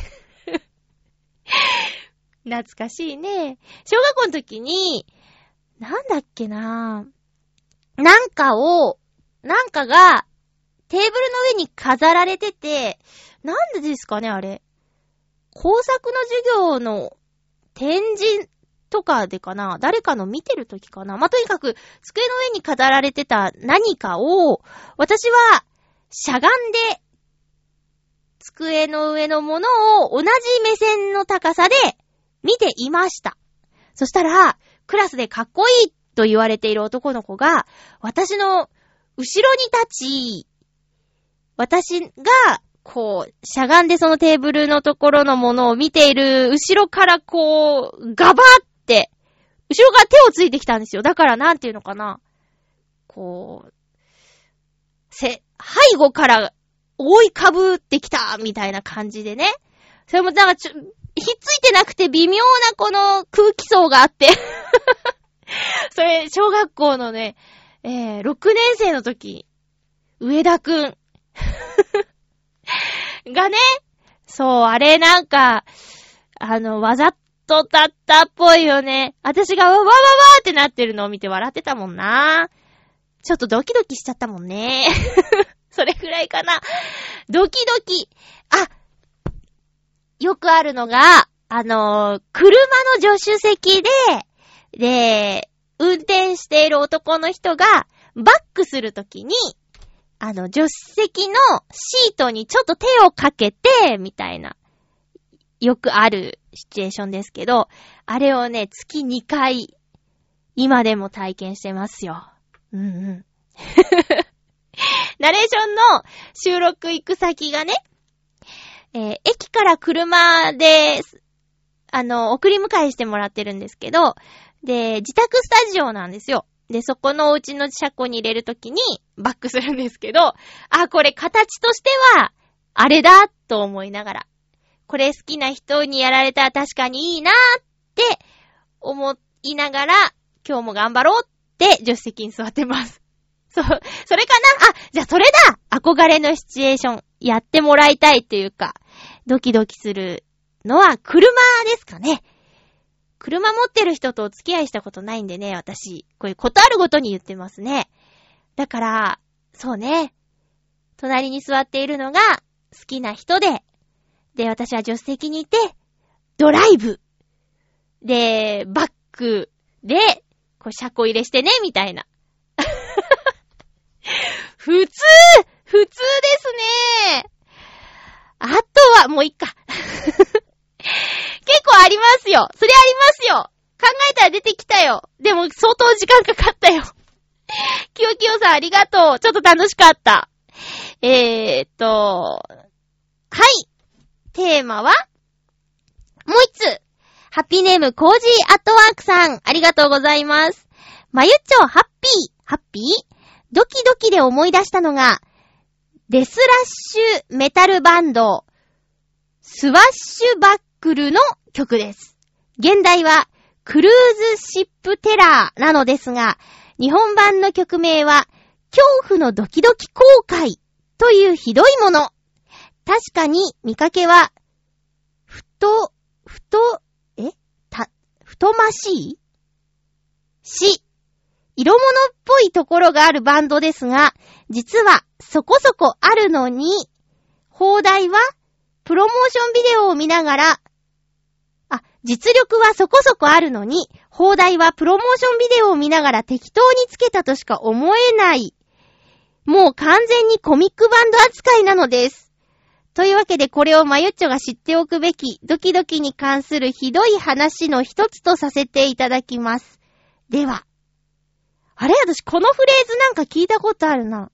懐かしいね。小学校の時に、なんだっけなぁ。なんかを、なんかが、テーブルの上に飾られてて、なんでですかね、あれ。工作の授業の展示とかでかな、誰かの見てる時かな。まあ、とにかく、机の上に飾られてた何かを、私は、しゃがんで、机の上のものを同じ目線の高さで見ていました。そしたら、クラスでかっこいいと言われている男の子が、私の後ろに立ち、私が、こう、しゃがんでそのテーブルのところのものを見ている、後ろからこう、ガバって、後ろから手をついてきたんですよ。だからなんていうのかな。こう、せ、背後から覆いかぶってきた、みたいな感じでね。それもなんかちょ、ひっついてなくて微妙なこの空気層があって。それ、小学校のね、えー、ろくねん生の時、上田くん。がね、そう、あれなんか、あの、わざとだったっぽいよね。私がわわわわーってなってるのを見て笑ってたもんな。ちょっとドキドキしちゃったもんね。それくらいかな。ドキドキ。あ、よくあるのが、あのー、車の助手席で、で、運転している男の人がバックするときに、あの、助手席のシートにちょっと手をかけて、みたいな、よくあるシチュエーションですけど、あれをね、月にかい、今でも体験してますよ。うんうん。ナレーションの収録行く先がね、えー、駅から車で、あの、送り迎えしてもらってるんですけど、で、自宅スタジオなんですよ。で、そこのお家の車庫に入れるときにバックするんですけど、あ、これ形としてはあれだと思いながら、これ好きな人にやられたら確かにいいなって思いながら、今日も頑張ろうって助手席に座ってます。そう、それかなあ、じゃあそれだ憧れのシチュエーションやってもらいたいっていうか、ドキドキするのは車ですかね。車持ってる人とお付き合いしたことないんでね、私。こういうことあるごとに言ってますね。だから、そうね。隣に座っているのが好きな人で、で、私は助手席にいて、ドライブ。で、バックで、こう車庫入れしてね、みたいな。普通普通ですね。あとは、もういっか。結構ありますよ。それありますよ。考えたら出てきたよ。でも相当時間かかったよ。きよきよさんありがとう。ちょっと楽しかった。えーっと、はい。テーマはもう一つ。ハッピーネームコージーアットワークさんありがとうございます。まゆっちょハッピーハッピードキドキで思い出したのがデスラッシュメタルバンドスワッシュバックルの曲です。現代はクルーズシップテラーなのですが、日本版の曲名は恐怖のドキドキ航海というひどいもの。確かに見かけはふとふとえた太ましいし色物っぽいところがあるバンドですが、実はそこそこあるのに、放題はプロモーションビデオを見ながら、あ、実力はそこそこあるのに、放題はプロモーションビデオを見ながら適当につけたとしか思えない。もう完全にコミックバンド扱いなのです。というわけでこれをまゆっちょが知っておくべきドキドキに関するひどい話の一つとさせていただきます。では、あれ私このフレーズなんか聞いたことあるな。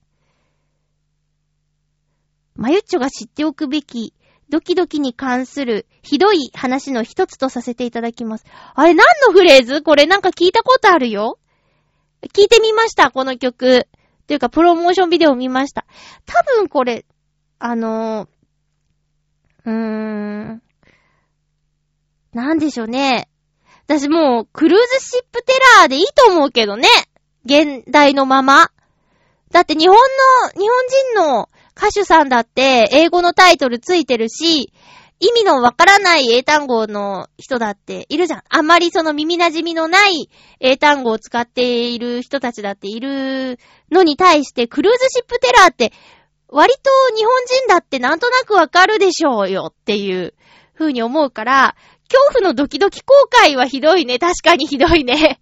まゆっちょが知っておくべきドキドキに関するひどい話の一つとさせていただきます。あれ何のフレーズ？これなんか聞いたことあるよ。聞いてみました、この曲。というかプロモーションビデオ見ました。多分これ、あのー、うーん、なんでしょうね。私もうクルーズシップテラーでいいと思うけどね。現代のまま。だって日本の、日本人の歌手さんだって英語のタイトルついてるし、意味のわからない英単語の人だっているじゃん。あんまりその耳馴染みのない英単語を使っている人たちだっているのに対して、クルーズシップテラーって割と日本人だってなんとなくわかるでしょうよっていう風に思うから、恐怖のドキドキ航海はひどいね。確かにひどいね。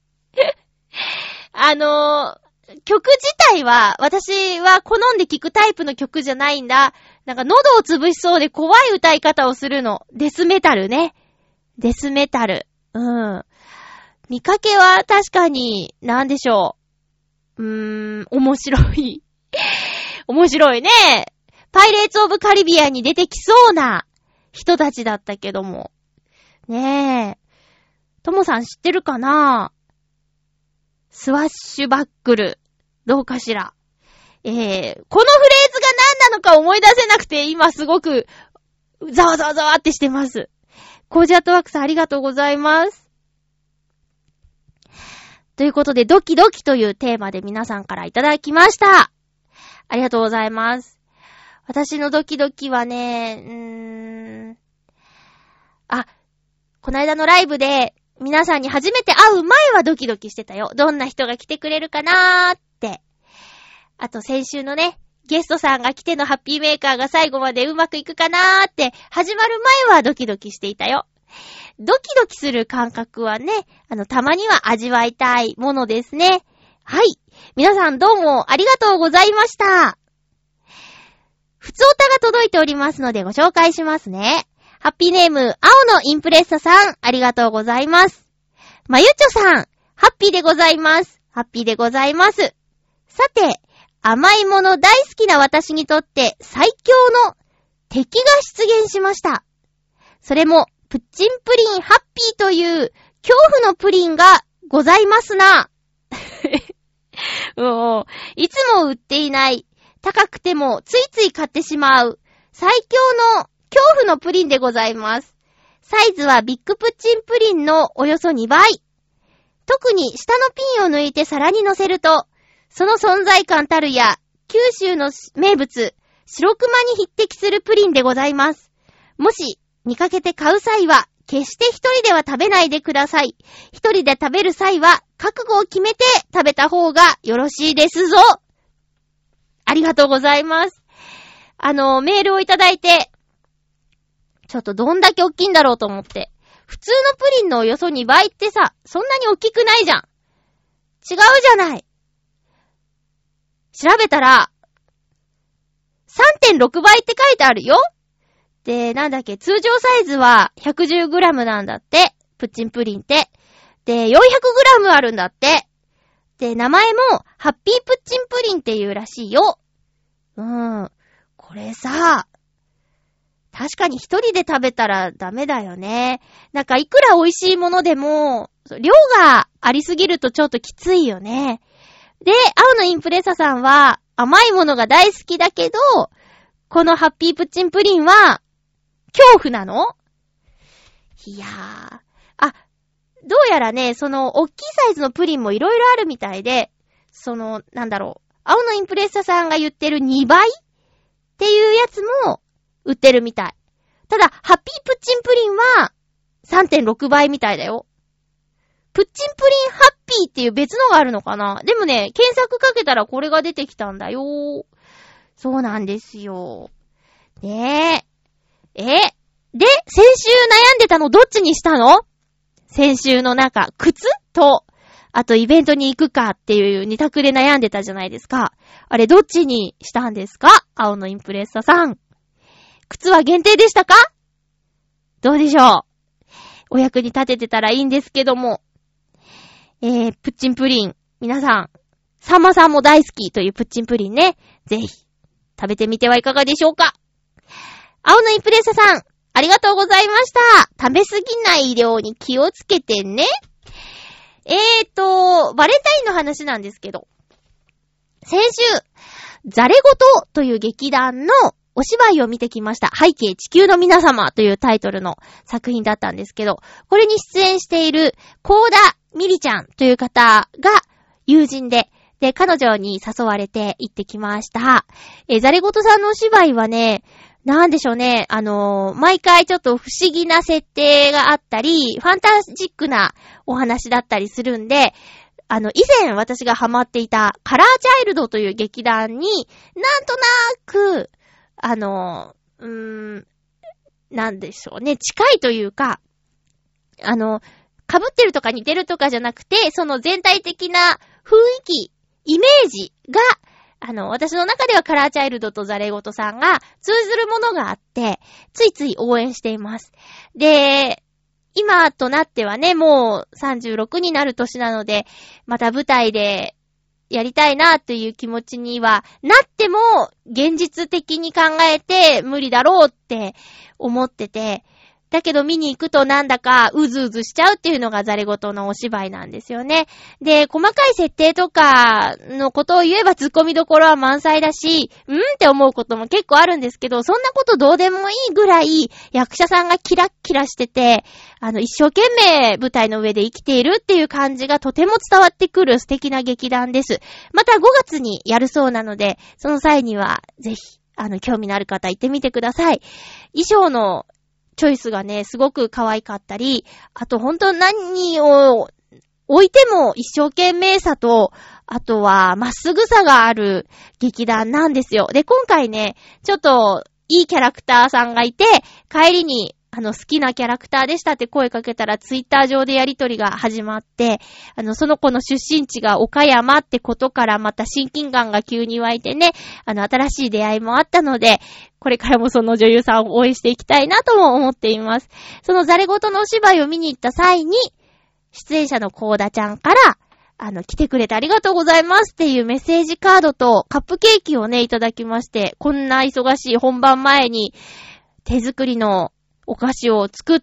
あのー、曲自体は私は好んで聴くタイプの曲じゃないんだ。なんか喉を潰しそうで怖い歌い方をするの。デスメタルね。デスメタル。うん。見かけは確かに、なんでしょう。うーん、面白い。面白いね。パイレーツ・オブ・カリビアンに出てきそうな人たちだったけども。ねえ。ともさん知ってるかな？スワッシュバックル。どうかしら。えー、このフレーズが何なのか思い出せなくて、今すごく、ざわざわざわってしてます。コージアットワークさんありがとうございます。ということで、ドキドキというテーマで皆さんからいただきました。ありがとうございます。私のドキドキはね、うーん、あ、この間のライブで、皆さんに初めて会う前はドキドキしてたよ。どんな人が来てくれるかなーって。あと先週のね、ゲストさんが来てのハッピーメーカーが最後までうまくいくかなーって、始まる前はドキドキしていたよ。ドキドキする感覚はね、あの、たまには味わいたいものですね。はい。皆さんどうもありがとうございました。ふつおたが届いておりますのでご紹介しますね。ハッピーネーム、青のインプレッサさん、ありがとうございます。まゆちょさん、ハッピーでございます。ハッピーでございます。さて、甘いもの大好きな私にとって最強の敵が出現しました。それも、プッチンプリンハッピーという恐怖のプリンがございますな。もういつも売っていない、高くてもついつい買ってしまう、 最強の恐怖のプリンでございます。サイズはビッグプッチンプリンのおよそにばい。特に下のピンを抜いて皿に乗せると、その存在感たるや、九州の名物、白熊に匹敵するプリンでございます。もし見かけて買う際は、決して一人では食べないでください。一人で食べる際は、覚悟を決めて食べた方がよろしいですぞ。ありがとうございます。あの、メールをいただいて、ちょっとどんだけ大きいんだろうと思って。普通のプリンのおよそにばいってさ、そんなに大きくないじゃん。違うじゃない。調べたら、さんてんろくばいって書いてあるよ。で、なんだっけ、通常サイズは ひゃくじゅうグラム なんだって。プッチンプリンって。で、よんひゃくグラム あるんだって。で、名前も、ハッピープッチンプリンっていうらしいよ。うん。これさ、確かに一人で食べたらダメだよね。なんかいくら美味しいものでも、量がありすぎるとちょっときついよね。で、青のインプレッサさんは甘いものが大好きだけど、このハッピープッチンプリンは恐怖なの？いやー。あ、どうやらね、その大きいサイズのプリンもいろいろあるみたいで、その、なんだろう。青のインプレッサさんが言ってるにばいっていうやつも売ってるみたい。ただ、ハッピープッチンプリンは さんてんろくばいみたいだよ。プッチンプリンハッピーっていう別のがあるのかな？でもね、検索かけたらこれが出てきたんだよ。そうなんですよ。ねえ。えで、先週悩んでたのどっちにしたの？先週の中、靴と、あとイベントに行くかっていう二択で悩んでたじゃないですか。あれどっちにしたんですか？青のインプレッサさん。靴は限定でしたか？どうでしょう？お役に立ててたらいいんですけども。えー、プッチンプリン。皆さん、さんまさんも大好きというプッチンプリンね。ぜひ、食べてみてはいかがでしょうか？青のインプレッサさん、ありがとうございました。食べすぎない量に気をつけてね。えーと、バレンタインの話なんですけど、先週、ザレごとという劇団のお芝居を見てきました。背景地球の皆様というタイトルの作品だったんですけど、これに出演しているコーダミリちゃんという方が友人で、で、彼女に誘われて行ってきました。えー、ザレごとさんのお芝居はね、なんでしょうね、あのー、毎回ちょっと不思議な設定があったり、ファンタジックなお話だったりするんで、あの、以前私がハマっていたカラーチャイルドという劇団に、なんとなく、あの、うーん、なんでしょうね、近いというか、あの、被ってるとか似てるとかじゃなくて、その全体的な雰囲気、イメージが、あの、私の中ではカラーチャイルドとザレごとさんが通ずるものがあって、ついつい応援しています。で、今となってはね、もうさんじゅうろくになる年なので、また舞台でやりたいなという気持ちにはなっても、現実的に考えて無理だろうって思ってて、だけど見に行くとなんだかうずうずしちゃうっていうのがザレごとのお芝居なんですよね。で、細かい設定とかのことを言えば突っ込みどころは満載だし、うんって思うことも結構あるんですけど、そんなことどうでもいいぐらい役者さんがキラッキラしてて、あの一生懸命舞台の上で生きているっていう感じがとても伝わってくる素敵な劇団です。またごがつにやるそうなので、その際にはぜひあの興味のある方行ってみてください。衣装のチョイスがね、すごく可愛かったり、あと本当何を置いても一生懸命さと、あとはまっすぐさがある劇団なんですよ。で、今回ね、ちょっといいキャラクターさんがいて、帰りにあの好きなキャラクターでしたって声かけたらツイッター上でやりとりが始まって、あのその子の出身地が岡山ってことからまた親近感が急に湧いてね、あの新しい出会いもあったので、これからもその女優さんを応援していきたいなとも思っています。そのザレごとのお芝居を見に行った際に、出演者のコーダちゃんから、あの、来てくれてありがとうございますっていうメッセージカードとカップケーキをね、いただきまして、こんな忙しい本番前に手作りのお菓子を作って、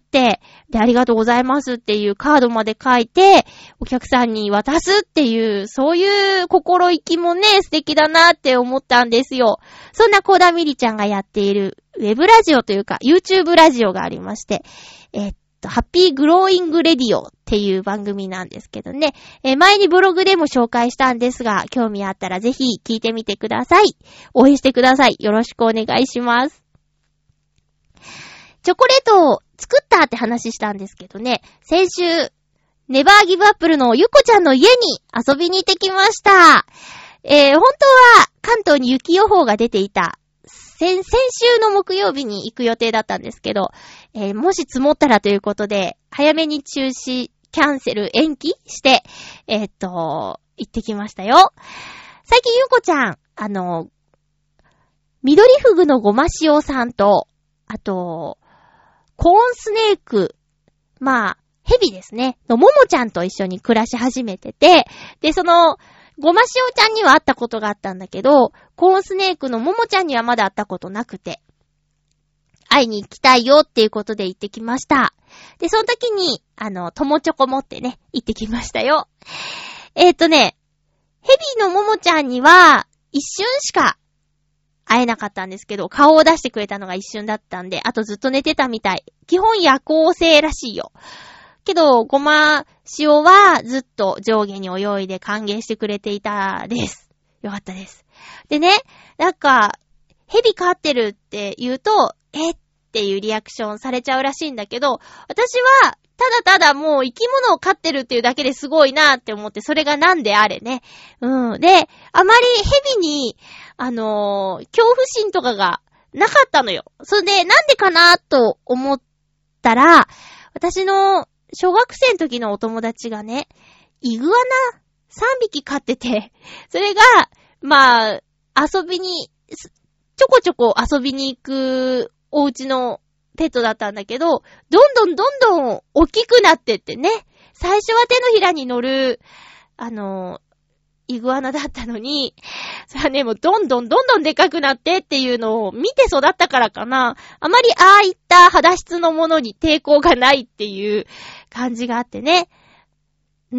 で、ありがとうございますっていうカードまで書いて、お客さんに渡すっていう、そういう心意気もね、素敵だなって思ったんですよ。そんなコーダミリちゃんがやっているウェブラジオというか、YouTube ラジオがありまして、えっと、ハッピーグローイングレディオっていう番組なんですけどね、えー、前にブログでも紹介したんですが、興味あったらぜひ聞いてみてください。応援してください。よろしくお願いします。チョコレートを作ったって話したんですけどね、先週、ネバーギブアップルのゆこちゃんの家に遊びに行ってきました。えー、本当は関東に雪予報が出ていた、先、先週の木曜日に行く予定だったんですけど、えー、もし積もったらということで、早めに中止、キャンセル、延期して、えー、っと、行ってきましたよ。最近ゆこちゃん、あの、緑ふぐのごま塩さんと、あと、コーンスネーク、まあ、ヘビですね、のももちゃんと一緒に暮らし始めてて、で、その、ごま塩ちゃんには会ったことがあったんだけど、コーンスネークのももちゃんにはまだ会ったことなくて、会いに行きたいよっていうことで行ってきました。で、その時に、あの、友チョコ持ってね、行ってきましたよ。えーっとね、ヘビのももちゃんには、一瞬しか会えなかったんですけど、顔を出してくれたのが一瞬だったんで、あとずっと寝てたみたい。基本夜行性らしいよ。けど、ごま塩はずっと上下に泳いで歓迎してくれていたです。よかったです。でね、なんか、ヘビ飼ってるって言うと、えっていうリアクションされちゃうらしいんだけど、私は、ただただもう生き物を飼ってるっていうだけですごいなって思って、それがなんであれね。うん。で、あまりヘビに、あのー、恐怖心とかがなかったのよ。それで、なんでかなと思ったら、私の小学生の時のお友達がね、イグアナさんびき飼ってて、それが、まあ、遊びに、ちょこちょこ遊びに行くお家のペットだったんだけど、どんどんどんどん大きくなってってね、最初は手のひらに乗る、あの、イグアナだったのに、それはね、もうどんどんどんどんでかくなってっていうのを見て育ったからかな。あまりああいった肌質のものに抵抗がないっていう感じがあってね。うん。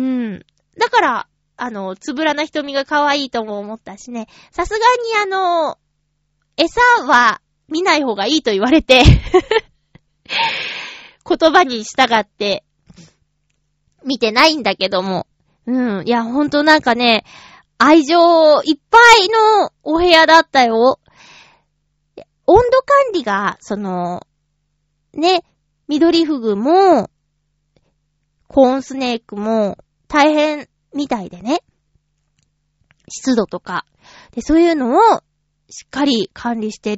だから、あの、つぶらな瞳が可愛いとも思ったしね。さすがにあの、餌は見ない方がいいと言われて、言葉に従って見てないんだけども。うん。いや、ほんとなんかね、愛情いっぱいのお部屋だったよ。温度管理が、その、ね、緑フグも、コーンスネークも大変みたいでね。湿度とか。で、そういうのをしっかり管理してって、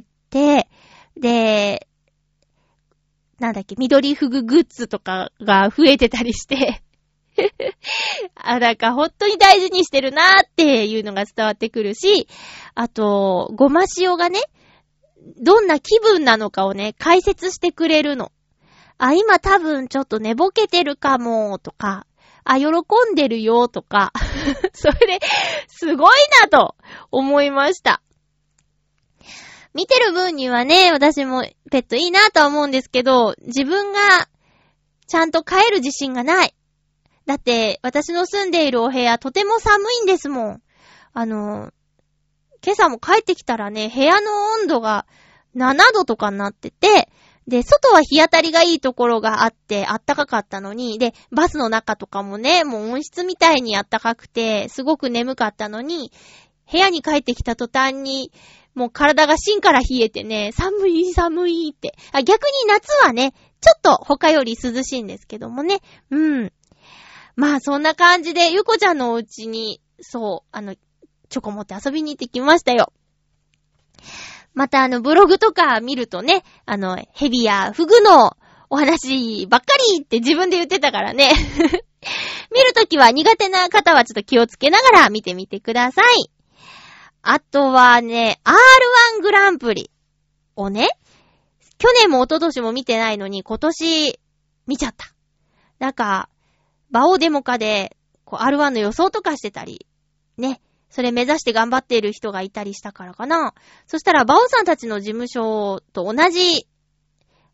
で、なんだっけ、緑フググッズとかが増えてたりして、あ、なんか本当に大事にしてるなーっていうのが伝わってくるし、あと、ごま塩がね、どんな気分なのかをね、解説してくれるの。あ、今多分ちょっと寝ぼけてるかもとか、あ、喜んでるよとか、それで、すごいなと思いました。見てる分にはね、私もペットいいなとは思うんですけど、自分がちゃんと飼える自信がない。だって、私の住んでいるお部屋、とても寒いんですもん。あの、今朝も帰ってきたらね、部屋の温度がななどとかになってて、で、外は日当たりがいいところがあって、あったかかったのに、で、バスの中とかもね、もう温室みたいにあったかくて、すごく眠かったのに、部屋に帰ってきた途端に、もう体が芯から冷えてね、寒い寒いって。あ、逆に夏はね、ちょっと他より涼しいんですけどもね。うん。まあそんな感じで、ゆこちゃんのお家に、そう、あの、チョコ持って遊びに行ってきましたよ。またあの、ブログとか見るとね、あの、ヘビやフグのお話ばっかりって自分で言ってたからね。見るときは苦手な方はちょっと気をつけながら見てみてください。あとはね、アールワン グランプリをね、去年も一昨年も見てないのに今年見ちゃった。なんか、バオデモカでこう アールワン の予想とかしてたり、ね、それ目指して頑張っている人がいたりしたからかな。そしたらバオさんたちの事務所と同じ、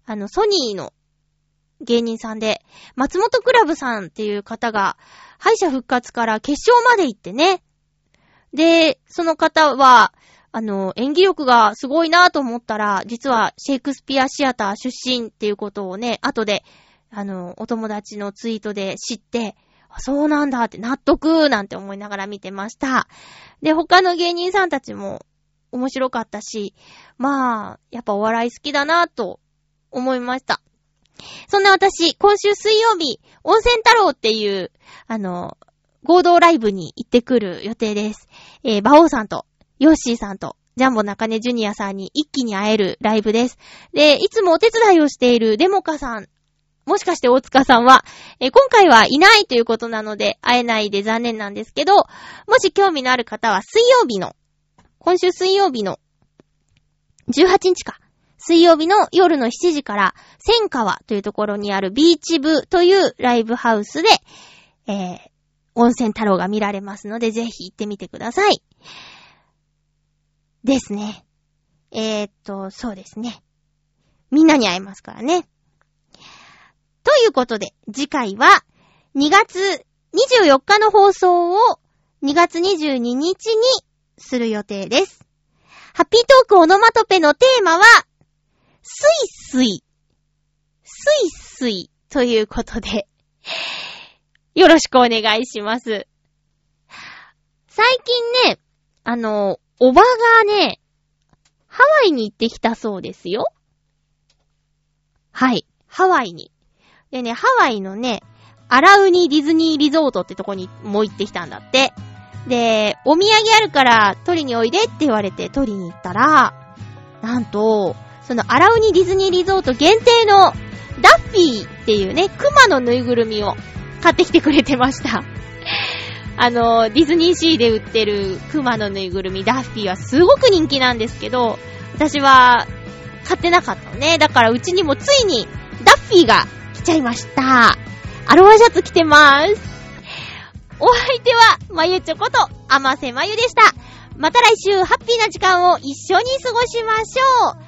あの、ソニーの芸人さんで、松本クラブさんっていう方が、敗者復活から決勝まで行ってね。で、その方は、あの、演技力がすごいなと思ったら、実はシェイクスピアシアター出身っていうことをね、後で、あの、お友達のツイートで知って、そうなんだって納得なんて思いながら見てました。で、他の芸人さんたちも面白かったし、まあ、やっぱお笑い好きだなと思いました。そんな私、今週水曜日、温泉太郎っていう、あの、合同ライブに行ってくる予定です。えー、馬王さんと、ヨッシーさんと、ジャンボ中根ジュニアさんに一気に会えるライブです。で、いつもお手伝いをしているデモカさん、もしかして大塚さんは、えー、今回はいないということなので、会えないで残念なんですけど、もし興味のある方は水曜日の、今週水曜日の、じゅうはちにちか、水曜日の夜のしちじから、千川というところにあるビーチ部というライブハウスで、えー、温泉太郎が見られますので、ぜひ行ってみてください。ですね。えー、っと、そうですね。みんなに会えますからね。ということで、次回はにがつにじゅうよっかの放送をにがつにじゅうににちにする予定です。ハッピートークオノマトペのテーマは、スイスイ、スイスイということで、よろしくお願いします。最近ね、あの、おばがね、ハワイに行ってきたそうですよ。はい、ハワイに。でね、ハワイのね、アラウニディズニーリゾートってとこにも行ってきたんだって。で、お土産あるから取りにおいでって言われて取りに行ったら、なんと、そのアラウニディズニーリゾート限定のダッフィーっていうね、クマのぬいぐるみを買ってきてくれてました。あの、ディズニーシーで売ってるクマのぬいぐるみダッフィーはすごく人気なんですけど、私は買ってなかったのね。だからうちにもついにダッフィーが来ちゃいました。アロハシャツ着てます。お相手はまゆちょことあませまゆでした。また来週ハッピーな時間を一緒に過ごしましょう。